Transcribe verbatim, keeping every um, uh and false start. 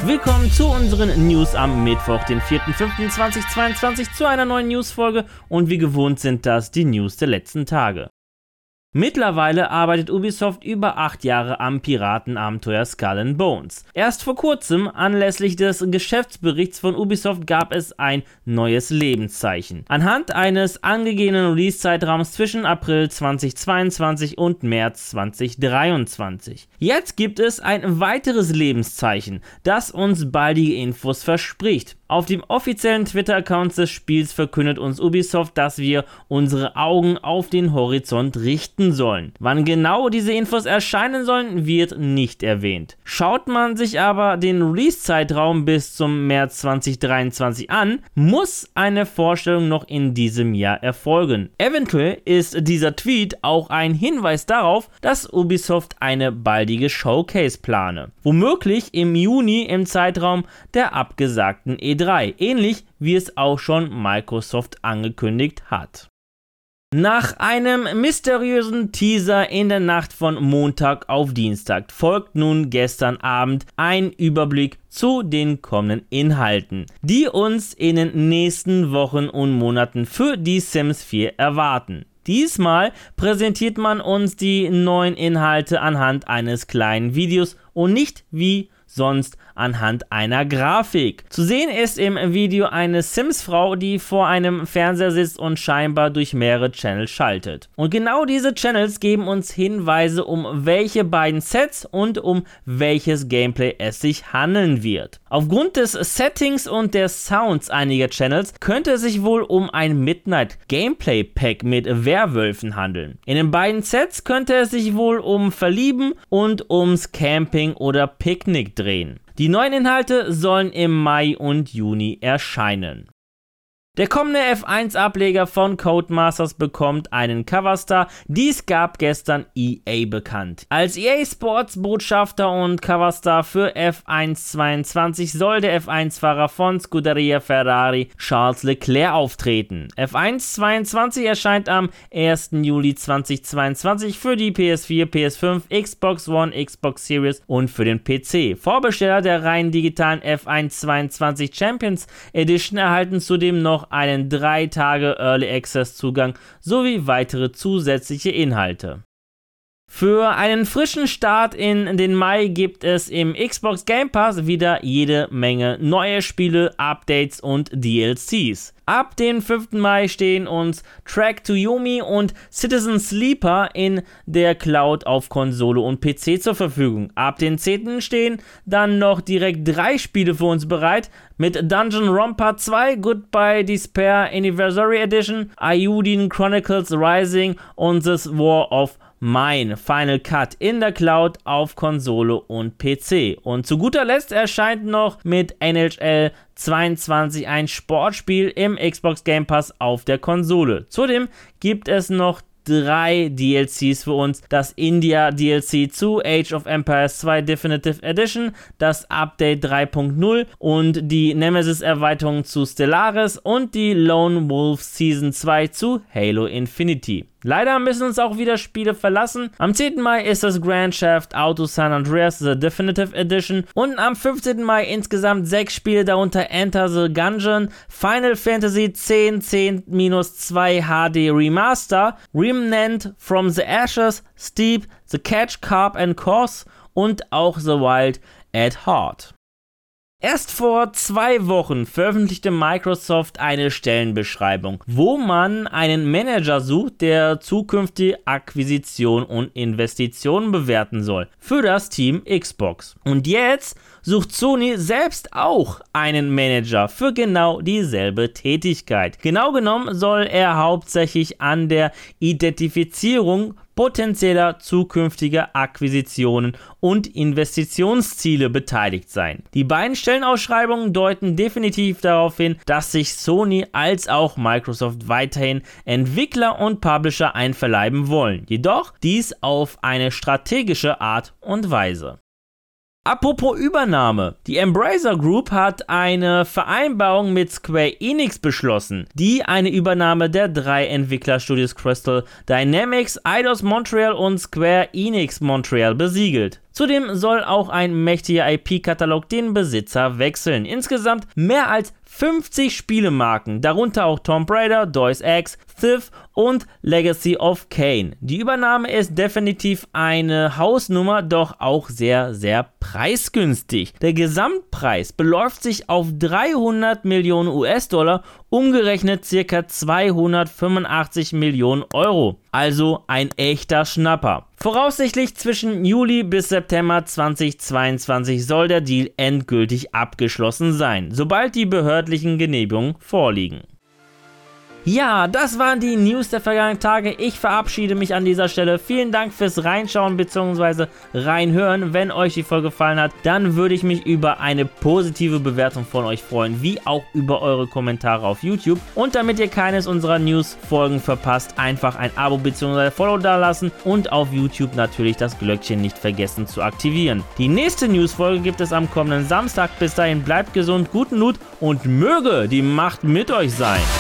Willkommen zu unseren News am Mittwoch, den vierten fünften zweitausendzweiundzwanzig, zu einer neuen Newsfolge und wie gewohnt sind das die News der letzten Tage. Mittlerweile arbeitet Ubisoft über acht Jahre am Piratenabenteuer Skull and Bones. Erst vor kurzem, anlässlich des Geschäftsberichts von Ubisoft, gab es ein neues Lebenszeichen. Anhand eines angegebenen Release-Zeitraums zwischen April zweitausendzweiundzwanzig und März zweitausenddreiundzwanzig. Jetzt gibt es ein weiteres Lebenszeichen, das uns baldige Infos verspricht. Auf dem offiziellen Twitter-Account des Spiels verkündet uns Ubisoft, dass wir unsere Augen auf den Horizont richten sollen. Wann genau diese Infos erscheinen sollen, wird nicht erwähnt. Schaut man sich aber den Release-Zeitraum bis zum März zweitausenddreiundzwanzig an, muss eine Vorstellung noch in diesem Jahr erfolgen. Eventuell ist dieser Tweet auch ein Hinweis darauf, dass Ubisoft eine baldige Showcase plane. Womöglich im Juni im Zeitraum der abgesagten E drei, ähnlich wie es auch schon Microsoft angekündigt hat. Nach einem mysteriösen Teaser in der Nacht von Montag auf Dienstag folgt nun gestern Abend ein Überblick zu den kommenden Inhalten, die uns in den nächsten Wochen und Monaten für die Sims vier erwarten. Diesmal präsentiert man uns die neuen Inhalte anhand eines kleinen Videos und nicht wie sonst anhand einer Grafik. Zu sehen ist im Video eine Sims-Frau, die vor einem Fernseher sitzt und scheinbar durch mehrere Channels schaltet. Und genau diese Channels geben uns Hinweise, um welche beiden Sets und um welches Gameplay es sich handeln wird. Aufgrund des Settings und der Sounds einiger Channels könnte es sich wohl um ein Midnight Gameplay Pack mit Werwölfen handeln. In den beiden Sets könnte es sich wohl um Verlieben und ums Camping oder Picknick drehen. Die neuen Inhalte sollen im Mai und Juni erscheinen. Der kommende F eins Ableger von Codemasters bekommt einen Coverstar. Dies gab gestern E A bekannt. Als E A Sports Botschafter und Coverstar für F eins zweiundzwanzig soll der F eins Fahrer von Scuderia Ferrari Charles Leclerc auftreten. F eins zweiundzwanzig erscheint am ersten Juli zweitausendzweiundzwanzig für die P S vier, P S fünf, Xbox One, Xbox Series und für den P C. Vorbesteller der rein digitalen F eins zweiundzwanzig Champions Edition erhalten zudem noch einen drei Tage Early Access Zugang sowie weitere zusätzliche Inhalte. Für einen frischen Start in den Mai gibt es im Xbox Game Pass wieder jede Menge neue Spiele, Updates und D L Cs. Ab dem fünften Mai stehen uns Track to Yomi und Citizen Sleeper in der Cloud auf Konsole und P C zur Verfügung. Ab dem zehnten stehen dann noch direkt drei Spiele für uns bereit, mit Dungeon Romper zwei, Goodbye Despair Anniversary Edition, Ayudin Chronicles Rising und This War of Mine Final Cut in der Cloud auf Konsole und P C. Und zu guter Letzt erscheint noch mit N H L zweiundzwanzig ein Sportspiel im Xbox Game Pass auf der Konsole. Zudem gibt es noch drei D L Cs für uns: das India D L C zu Age of Empires zwei Definitive Edition, das Update drei Punkt null und die Nemesis Erweiterung zu Stellaris und die Lone Wolf Season zwei zu Halo Infinity. Leider müssen uns auch wieder Spiele verlassen. Am zehnten Mai ist das Grand Theft Auto San Andreas The Definitive Edition und am fünfzehnten Mai insgesamt sechs Spiele, darunter Enter the Gungeon, Final Fantasy X zehn zwei H D Remaster, Remnant from the Ashes, Steep, The Catch, Carp and Course und auch The Wild at Heart. Erst vor zwei Wochen veröffentlichte Microsoft eine Stellenbeschreibung, wo man einen Manager sucht, der zukünftige Akquisition und Investitionen bewerten soll für das Team Xbox. Und jetzt sucht Sony selbst auch einen Manager für genau dieselbe Tätigkeit. Genau genommen soll er hauptsächlich an der Identifizierung potenzieller zukünftiger Akquisitionen und Investitionsziele beteiligt sein. Die beiden Stellenausschreibungen deuten definitiv darauf hin, dass sich Sony als auch Microsoft weiterhin Entwickler und Publisher einverleiben wollen, jedoch dies auf eine strategische Art und Weise. Apropos Übernahme. Die Embracer Group hat eine Vereinbarung mit Square Enix beschlossen, die eine Übernahme der drei Entwicklerstudios Crystal Dynamics, Eidos Montreal und Square Enix Montreal besiegelt. Zudem soll auch ein mächtiger I P-Katalog den Besitzer wechseln. Insgesamt mehr als fünfzig Spielemarken, darunter auch Tomb Raider, Deus Ex, Thief und Legacy of Kain. Die Übernahme ist definitiv eine Hausnummer, doch auch sehr, sehr preisgünstig. Der Gesamtpreis beläuft sich auf dreihundert Millionen U S-Dollar, umgerechnet ca. zweihundertfünfundachtzig Millionen Euro. Also ein echter Schnapper. Voraussichtlich zwischen Juli bis September zweitausendzweiundzwanzig soll der Deal endgültig abgeschlossen sein, sobald die behördlichen Genehmigungen vorliegen. Ja, das waren die News der vergangenen Tage. Ich verabschiede mich an dieser Stelle. Vielen Dank fürs Reinschauen bzw. Reinhören. Wenn euch die Folge gefallen hat, dann würde ich mich über eine positive Bewertung von euch freuen, wie auch über eure Kommentare auf YouTube. Und damit ihr keines unserer News-Folgen verpasst, einfach ein Abo bzw. Follow dalassen und auf YouTube natürlich das Glöckchen nicht vergessen zu aktivieren. Die nächste News-Folge gibt es am kommenden Samstag. Bis dahin bleibt gesund, guten Loot und möge die Macht mit euch sein.